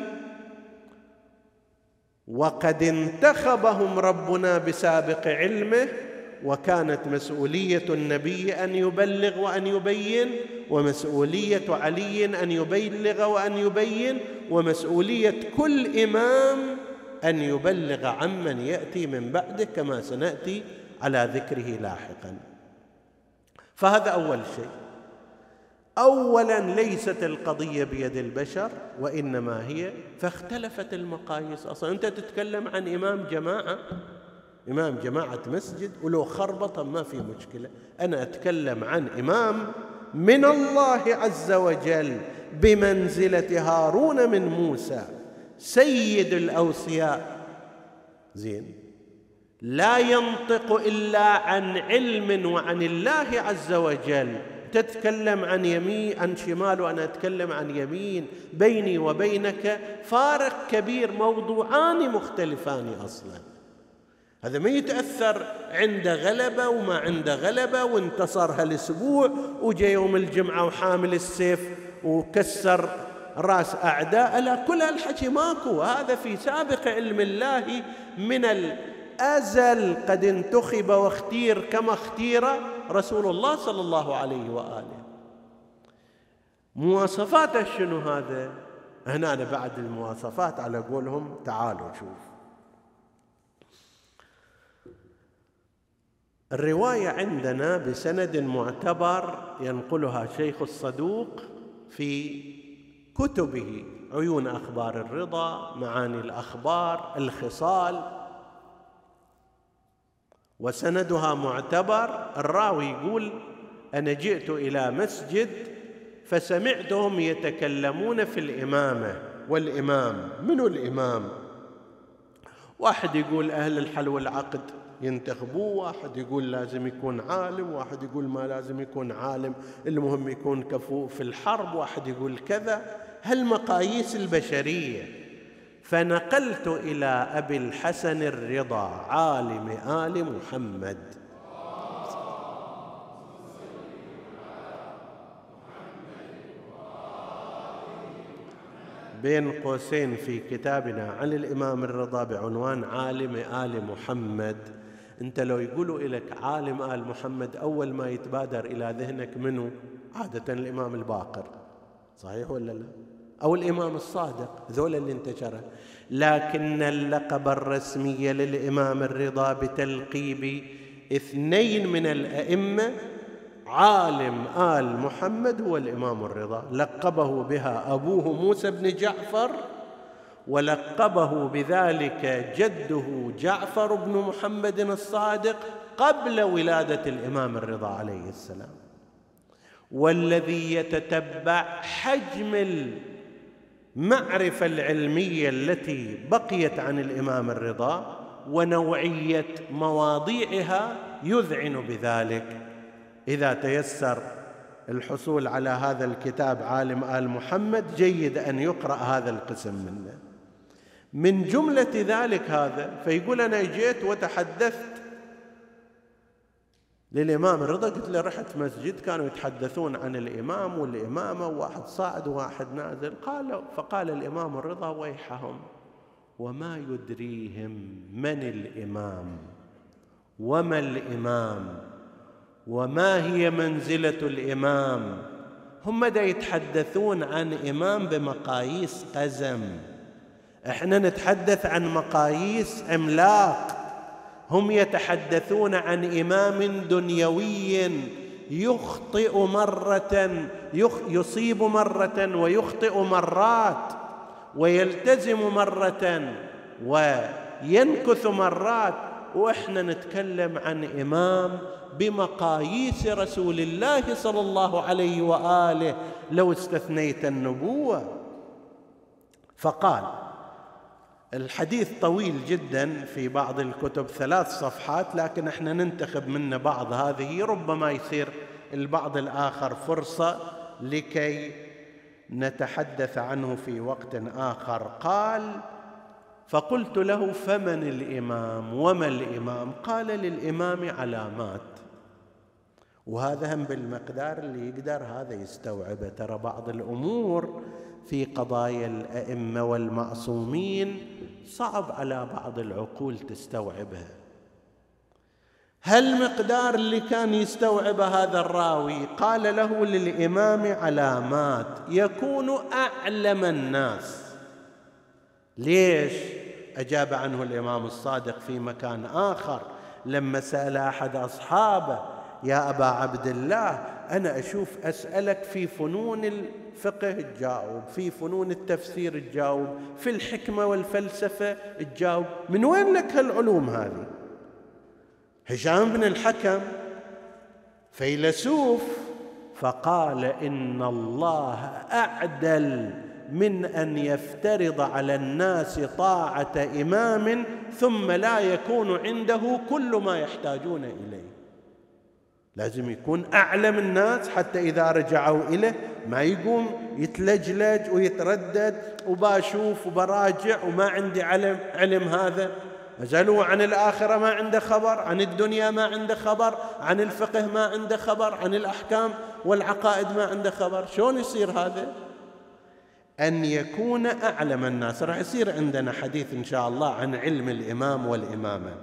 وقد انتخبهم ربنا بسابق علمه، وكانت مسؤولية النبي أن يبلغ وأن يبين، ومسؤولية علي أن يبلغ وأن يبين، ومسؤولية كل إمام أن يبلغ عمن يأتي من بعده، كما سنأتي على ذكره لاحقا. فهذا أول شيء. أولا ليست القضية بيد البشر، وإنما هي فاختلفت المقاييس. أصلا أنت تتكلم عن إمام جماعة مسجد، ولو خربطا ما في مشكلة. أنا أتكلم عن إمام من الله عز وجل بمنزلة هارون من موسى، سيد الأوصياء، زين، لا ينطق إلا عن علم وعن الله عز وجل. تتكلم عن يمين عن شمال، وأنا أتكلم عن يمين. بيني وبينك فارق كبير، موضوعان مختلفان أصلا. هذا ما يتأثر عند غلبة وما عند غلبة، وانتصر هالأسبوع وجاء يوم الجمعة وحامل السيف وكسر رأس أعداء. لا، كل هالحكي ماكو. هذا في سابق علم الله من الأزل، قد انتخب واختير كما اختير رسول الله صلى الله عليه وآله. مواصفاته شنو هذا؟ هنا أنا بعد المواصفات على قولهم تعالوا شوف. الرواية عندنا بسند معتبر ينقلها شيخ الصدوق في كتبه: عيون أخبار الرضا، معاني الأخبار، الخصال، وسندها معتبر. الراوي يقول: أنا جئت إلى مسجد فسمعتهم يتكلمون في الإمامة والإمام. منو الإمام؟ واحد يقول أهل الحل والعقد ينتخبوه، واحد يقول لازم يكون عالم، واحد يقول ما لازم يكون عالم، المهم يكون كفؤ في الحرب، واحد يقول كذا. هالمقاييس البشرية. فنقلت إلى أبي الحسن الرضا عالم آل محمد، بين قوسين في كتابنا عن الإمام الرضا بعنوان عالم آل محمد. أنت لو يقولوا لك عالم آل محمد، أول ما يتبادر إلى ذهنك منه؟ عادة الإمام الباقر، صحيح ولا لا؟ أو الإمام الصادق، ذولا اللي انتشره. لكن اللقب الرسمي للإمام الرضا بتلقيب اثنين من الأئمة عالم آل محمد هو الإمام الرضا. لقبه بها أبوه موسى بن جعفر، ولقبه بذلك جده جعفر بن محمد الصادق قبل ولادة الإمام الرضا عليه السلام. والذي يتتبع حجم المعرفة العلمية التي بقيت عن الإمام الرضا ونوعية مواضيعها يذعن بذلك. إذا تيسر الحصول على هذا الكتاب عالم آل محمد، جيد أن يقرأ هذا القسم منه. من جملة ذلك هذا، فيقول: أنا جيت وتحدثت للإمام الرضا، قلت له رحت مسجد كانوا يتحدثون عن الإمام والإمامة، وواحد صاعد وواحد نازل. فقال الإمام الرضا: ويحهم، وما يدريهم من الإمام وما الإمام وما هي منزلة الإمام. هم دا يتحدثون عن إمام بمقاييس قزم، احنا نتحدث عن مقاييس عملاق. هم يتحدثون عن إمام دنيوي يخطئ مرة، يصيب مرة ويخطئ مرات، ويلتزم مرة وينكث مرات. وإحنا نتكلم عن إمام بمقاييس رسول الله صلى الله عليه وآله لو استثنيت النبوة. فقال، الحديث طويل جدا في بعض الكتب 3 صفحات، لكن احنا ننتخب منه بعض هذه، ربما يصير البعض الآخر فرصة لكي نتحدث عنه في وقت آخر. قال: فقلت له: فمن الإمام وما الإمام؟ قال: للإمام علامات. وهذا هم بالمقدار اللي يقدر هذا يستوعبه. ترى بعض الأمور في قضايا الأئمة والمعصومين صعب على بعض العقول تستوعبها. هالمقدار اللي كان يستوعب هذا الراوي قال له للإمام علامات يكون أعلم الناس. ليش؟ أجاب عنه الإمام الصادق في مكان آخر لما سأل أحد أصحابه: يا أبا عبد الله، أنا أشوف أسألك في فنون الفقه تجاوب، في فنون التفسير تجاوب، في الحكمة والفلسفة تجاوب، من وين لك هالعلوم هذه؟ هشام بن الحكم فيلسوف، فقال: إن الله أعدل من أن يفترض على الناس طاعة إمام ثم لا يكون عنده كل ما يحتاجون إليه. لازم يكون أعلم الناس حتى إذا رجعوا إليه ما يقوم يتلجلج ويتردد وباشوف وبراجع وما عندي علم هذا. أزالوا عن الآخرة ما عنده خبر، عن الدنيا ما عنده خبر، عن الفقه ما عنده خبر، عن الأحكام والعقائد ما عنده خبر. شلون يصير هذا؟ أن يكون أعلم الناس. راح يصير عندنا حديث إن شاء الله عن علم الإمام والإمامة.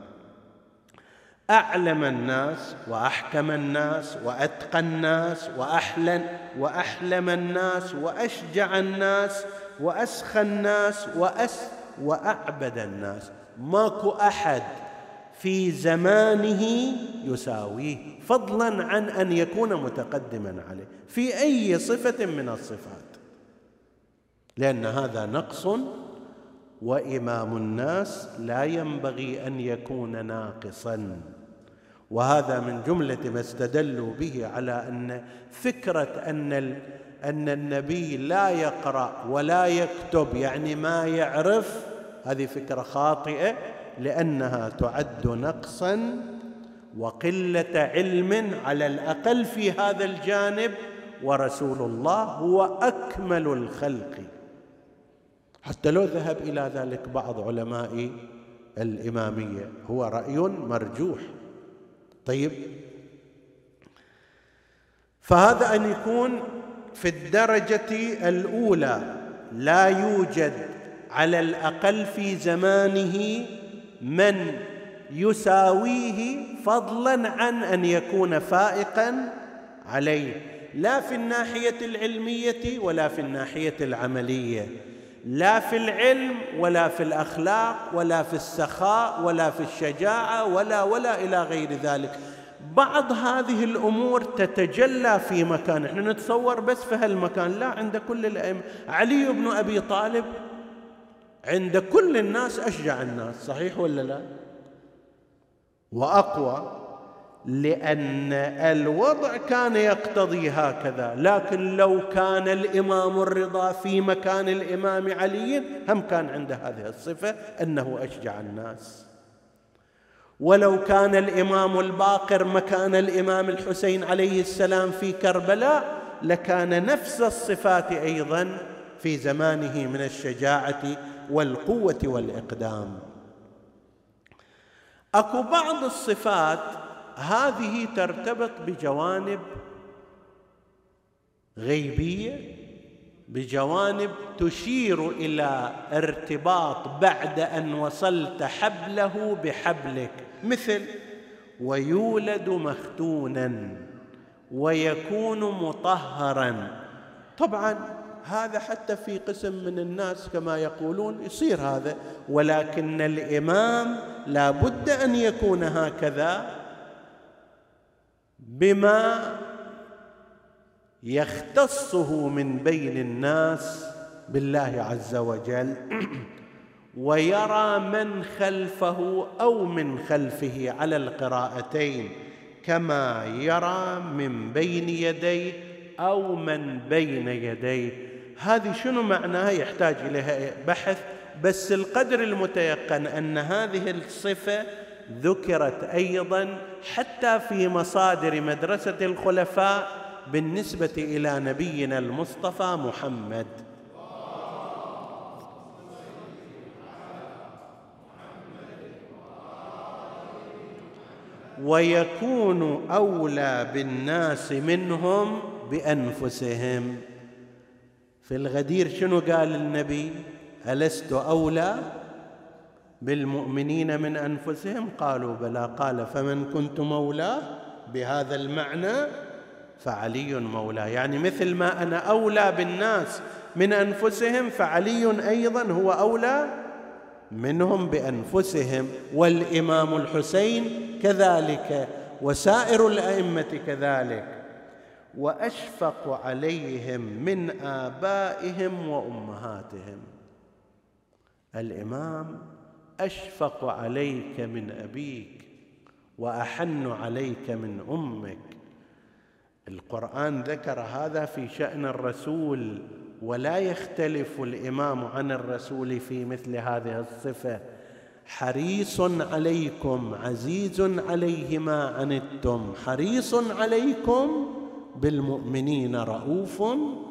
أعلم الناس وأحكم الناس وأتقى الناس وأحلم الناس وأشجع الناس وأسخى الناس وأعبد الناس. ماكو أحد في زمانه يساويه، فضلا عن أن يكون متقدما عليه في أي صفة من الصفات، لأن هذا نقص، وإمام الناس لا ينبغي أن يكون ناقصا. وهذا من جملة ما استدلوا به على أن فكرة أن النبي لا يقرأ ولا يكتب يعني ما يعرف، هذه فكرة خاطئة، لأنها تعد نقصا وقلة علم على الأقل في هذا الجانب، ورسول الله هو أكمل الخلق، حتى لو ذهب إلى ذلك بعض علماء الإمامية، هو رأي مرجوح. طيب، فهذا أن يكون في الدرجة الأولى لا يوجد على الأقل في زمانه من يساويه، فضلا عن أن يكون فائقا عليه، لا في الناحية العلمية ولا في الناحية العملية، لا في العلم ولا في الأخلاق ولا في السخاء ولا في الشجاعة ولا إلى غير ذلك. بعض هذه الأمور تتجلى في مكان احنا نتصور بس في هالمكان، لا، عند كل الأئمة. علي بن أبي طالب عند كل الناس أشجع الناس، صحيح ولا لا؟ وأقوى، لأن الوضع كان يقتضي هكذا. لكن لو كان الإمام الرضا في مكان الإمام علي هم كان عنده هذه الصفة أنه أشجع الناس. ولو كان الإمام الباقر مكان الإمام الحسين عليه السلام في كربلاء لكان نفس الصفات أيضا في زمانه من الشجاعة والقوة والإقدام. أكو بعض الصفات هذه ترتبط بجوانب غيبية، بجوانب تشير إلى ارتباط بعد أن وصلت حبله بحبلك، مثل ويولد مختونا ويكون مطهرا. طبعا هذا حتى في قسم من الناس كما يقولون يصير هذا، ولكن الإمام لا بد أن يكون هكذا بما يختصه من بين الناس بالله عز وجل، ويرى من خلفه أو من خلفه على القراءتين كما يرى من بين يديه أو من بين يديه. هذه شنو معناها؟ يحتاج إليها بحث، بس القدر المتيقن أن هذه الصفة ذكرت أيضا حتى في مصادر مدرسة الخلفاء بالنسبة إلى نبينا المصطفى محمد. ويكون أولى بالناس منهم بأنفسهم. في الغدير شنو قال النبي؟ ألست أولى بالمؤمنين من أنفسهم؟ قالوا بلى. قال فمن كنت مولاه بهذا المعنى فعلي مولاه، يعني مثل ما أنا أولى بالناس من أنفسهم فعلي أيضا هو أولى منهم بأنفسهم، والإمام الحسين كذلك، وسائر الأئمة كذلك. وأشفق عليهم من آبائهم وأمهاتهم. الإمام أشفق عليك من أبيك وأحن عليك من أمك. القرآن ذكر هذا في شأن الرسول، ولا يختلف الإمام عن الرسول في مثل هذه الصفة: حريص عليكم عزيز عليه ما عنتم حريص عليكم بالمؤمنين رؤوف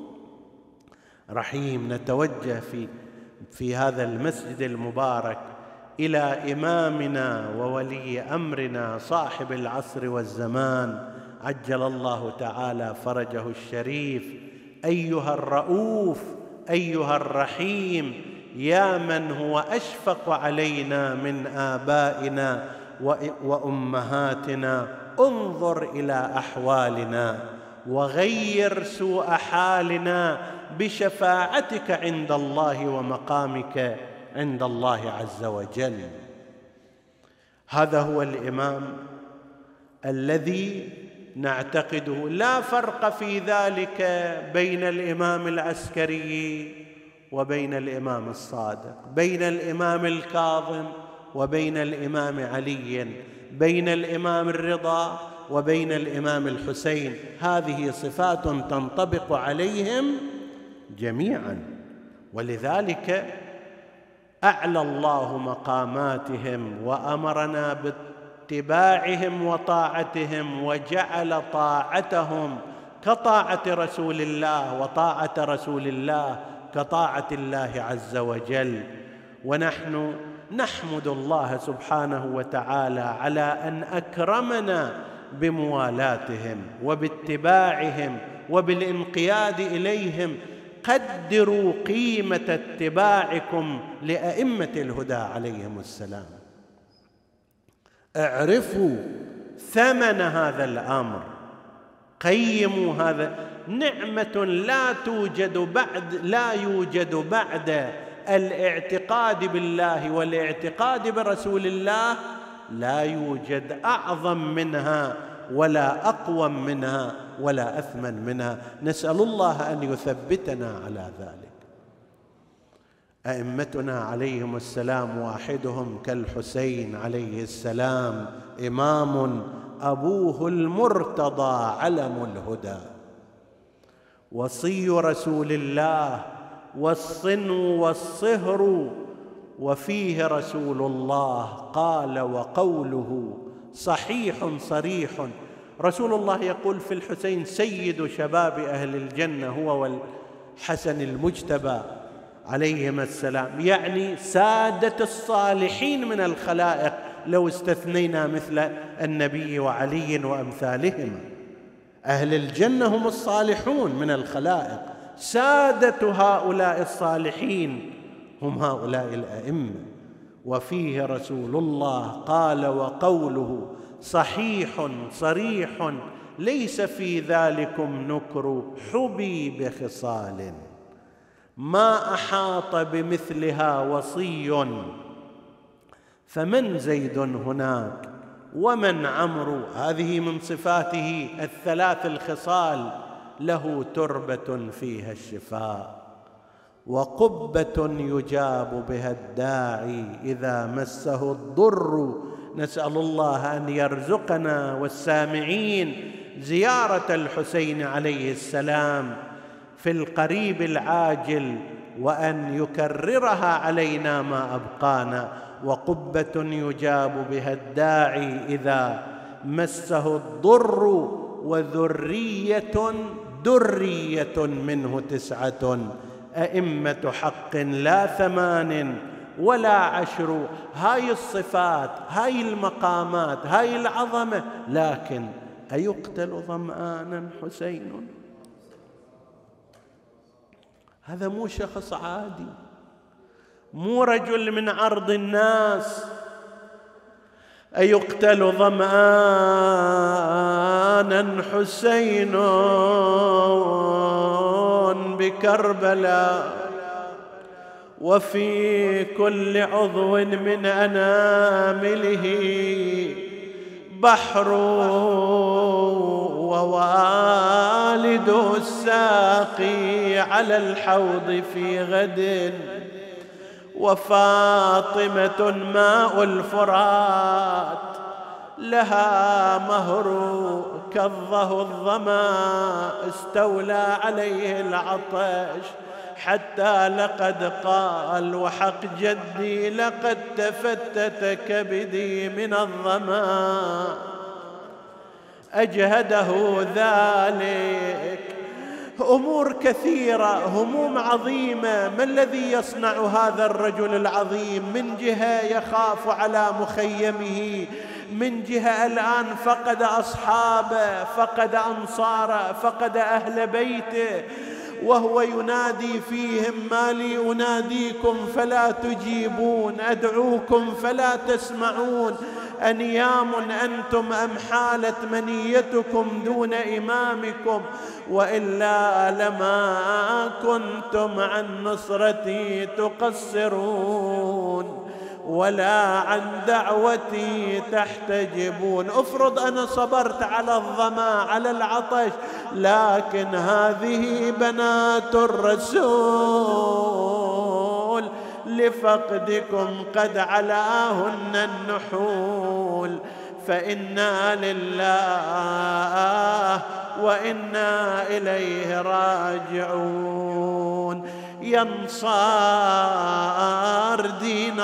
رحيم. نتوجه في هذا المسجد المبارك إلى إمامنا وولي أمرنا صاحب العصر والزمان عجل الله تعالى فرجه الشريف: أيها الرؤوف، أيها الرحيم، يا من هو أشفق علينا من آبائنا وأمهاتنا، انظر إلى أحوالنا وغير سوء حالنا بشفاعتك عند الله ومقامك عند الله عز وجل. هذا هو الإمام الذي نعتقده. لا فرق في ذلك بين الإمام العسكري وبين الإمام الصادق، بين الإمام الكاظم وبين الإمام علي، بين الإمام الرضا وبين الإمام الحسين. هذه صفات تنطبق عليهم جميعا، ولذلك أعلى الله مقاماتهم وأمرنا باتباعهم وطاعتهم، وجعل طاعتهم كطاعة رسول الله وطاعة رسول الله كطاعة الله عز وجل. ونحن نحمد الله سبحانه وتعالى على أن أكرمنا بموالاتهم وباتباعهم وبالانقياد إليهم. قدروا قيمة اتباعكم لأئمة الهدى عليهم السلام، اعرفوا ثمن هذا الأمر، قيموا هذا. نعمة لا يوجد بعد الاعتقاد بالله والاعتقاد برسول الله، لا يوجد أعظم منها ولا أقوم منها ولا أثمن منها. نسأل الله أن يثبتنا على ذلك. أئمتنا عليهم السلام واحدهم كالحسين عليه السلام، إمام أبوه المرتضى علم الهدى، وصي رسول الله، والصنو والصهر، وفيه رسول الله قال وقوله صحيح صريح. رسول الله يقول في الحسين: سيد شباب أهل الجنة هو والحسن المجتبى عليهما السلام، يعني سادة الصالحين من الخلائق لو استثنينا مثل النبي وعلي وأمثالهما. أهل الجنة هم الصالحون من الخلائق، سادة هؤلاء الصالحين هم هؤلاء الأئمة. وفيه رسول الله قال وقوله صحيح صريح، ليس في ذلكم نكر، حبي بخصال ما أحاط بمثلها وصي، فمن زيد هناك ومن عمرو. هذه من صفاته الثلاث الخصال: له تربة فيها الشفاء، وقبة يجاب بها الداعي إذا مسه الضر. نسأل الله أن يرزقنا والسامعين زيارة الحسين عليه السلام في القريب العاجل، وأن يكررها علينا ما أبقانا. وقبة يجاب بها الداعي إذا مسه الضر، وذرية درية منه 9، أئمة حق لا 8، ولا عشر، هاي الصفات، هاي المقامات، هاي العظمة، لكن أيقتل ظمآنا حسين؟ هذا مو شخص عادي، مو رجل من عرض الناس. أيقتل ظمآنا حسين بكربلاء، وفي كل عضو من أنامله بحر، ووالده الساقي على الحوض في غد، وفاطمة ماء الفرات لها مهر، كظه الظما استولى عليه العطش، حتى لقد قال وحق جدي لقد تفتت كبدي من الظما، أجهده ذلك. أمور كثيرة، هموم عظيمة. ما الذي يصنع هذا الرجل العظيم؟ من جهة يخاف على مخيمه، من جهة الآن فقد أصحابه، فقد أنصاره، فقد أهل بيته، وهو ينادي فيهم: ما لي أناديكم فلا تجيبون، أدعوكم فلا تسمعون، أنيام أنتم أم حالت منيتكم دون إمامكم، وإلا لما كنتم عن نصرتي تقصرون، ولا عن دعوتي تحتجبون. افرض أنا صبرت على الظما على العطش، لكن هذه بنات الرسول لفقدكم قد علاهن النحول، فإنا لله وإنا إليه راجعون. ينصار دين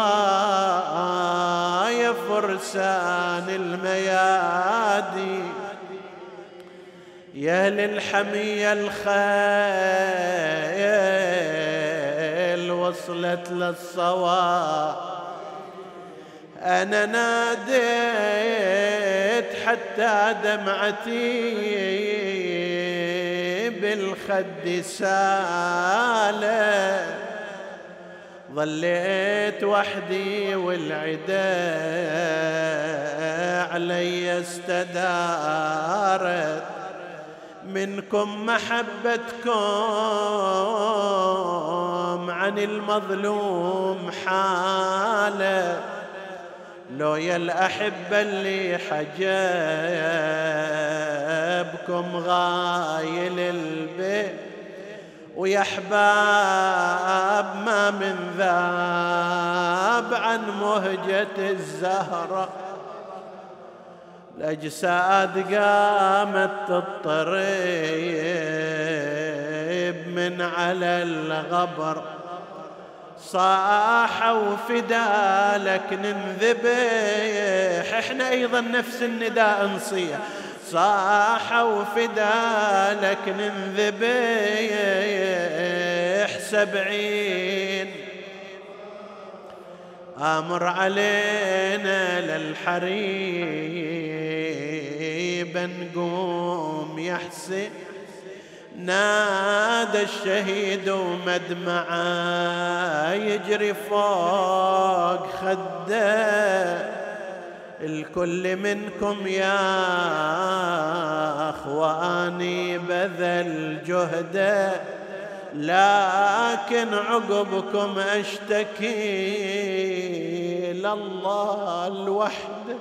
الله يا فرسان الميادين، يا للحمية الخيل وصلت للصواب. أنا ناديت حتى دمعتي بالخد سالة، ظليت وحدي والعدا علي استدارت، منكم محبتكم عن المظلوم حاله، لو يا الأحبة اللي حجبكم غايل البيت، ويا أحباب ما من ذاب عن مهجة الزهرة، الأجساد قامت تضطرب من على الغبر، صاحوا فدالك ننذبح، احنا ايضا نفس النداء نصيح، صاحوا فدالك ننذبح 70، امر علينا للحريب نقوم يا حسين، نادى الشهيد ومدمعه يجري فوق خده، الكل منكم يا اخواني بذل جهده، لكن عقبكم اشتكي لله الوحده.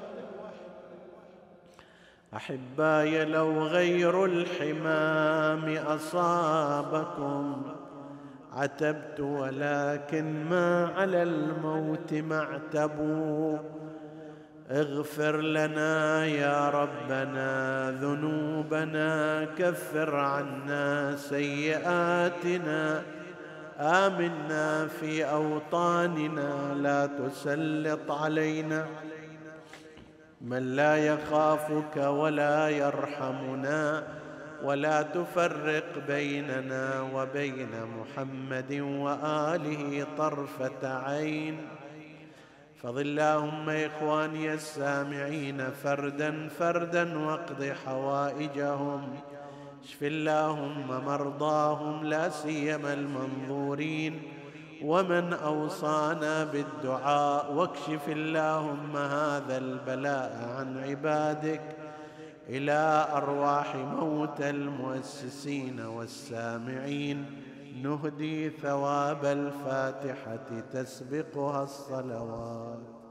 أحباي لو غير الحمام أصابكم عتبت، ولكن ما على الموت معتبوا، اغفر لنا يا ربنا ذنوبنا، كفر عنا سيئاتنا، آمنا في أوطاننا، لا تسلط علينا من لا يخافك ولا يرحمنا، ولا تفرق بيننا وبين محمد وآله طرفة عين. فضل اللهم إخواني السامعين فردا فردا واقض حوائجهم، اشف اللهم مرضاهم لا سيما المنظورين ومن أوصانا بالدعاء، واكشف اللهم هذا البلاء عن عبادك إلى أرواح موتى المؤسسين والسامعين. نهدي ثواب الفاتحة تسبقها الصلوات.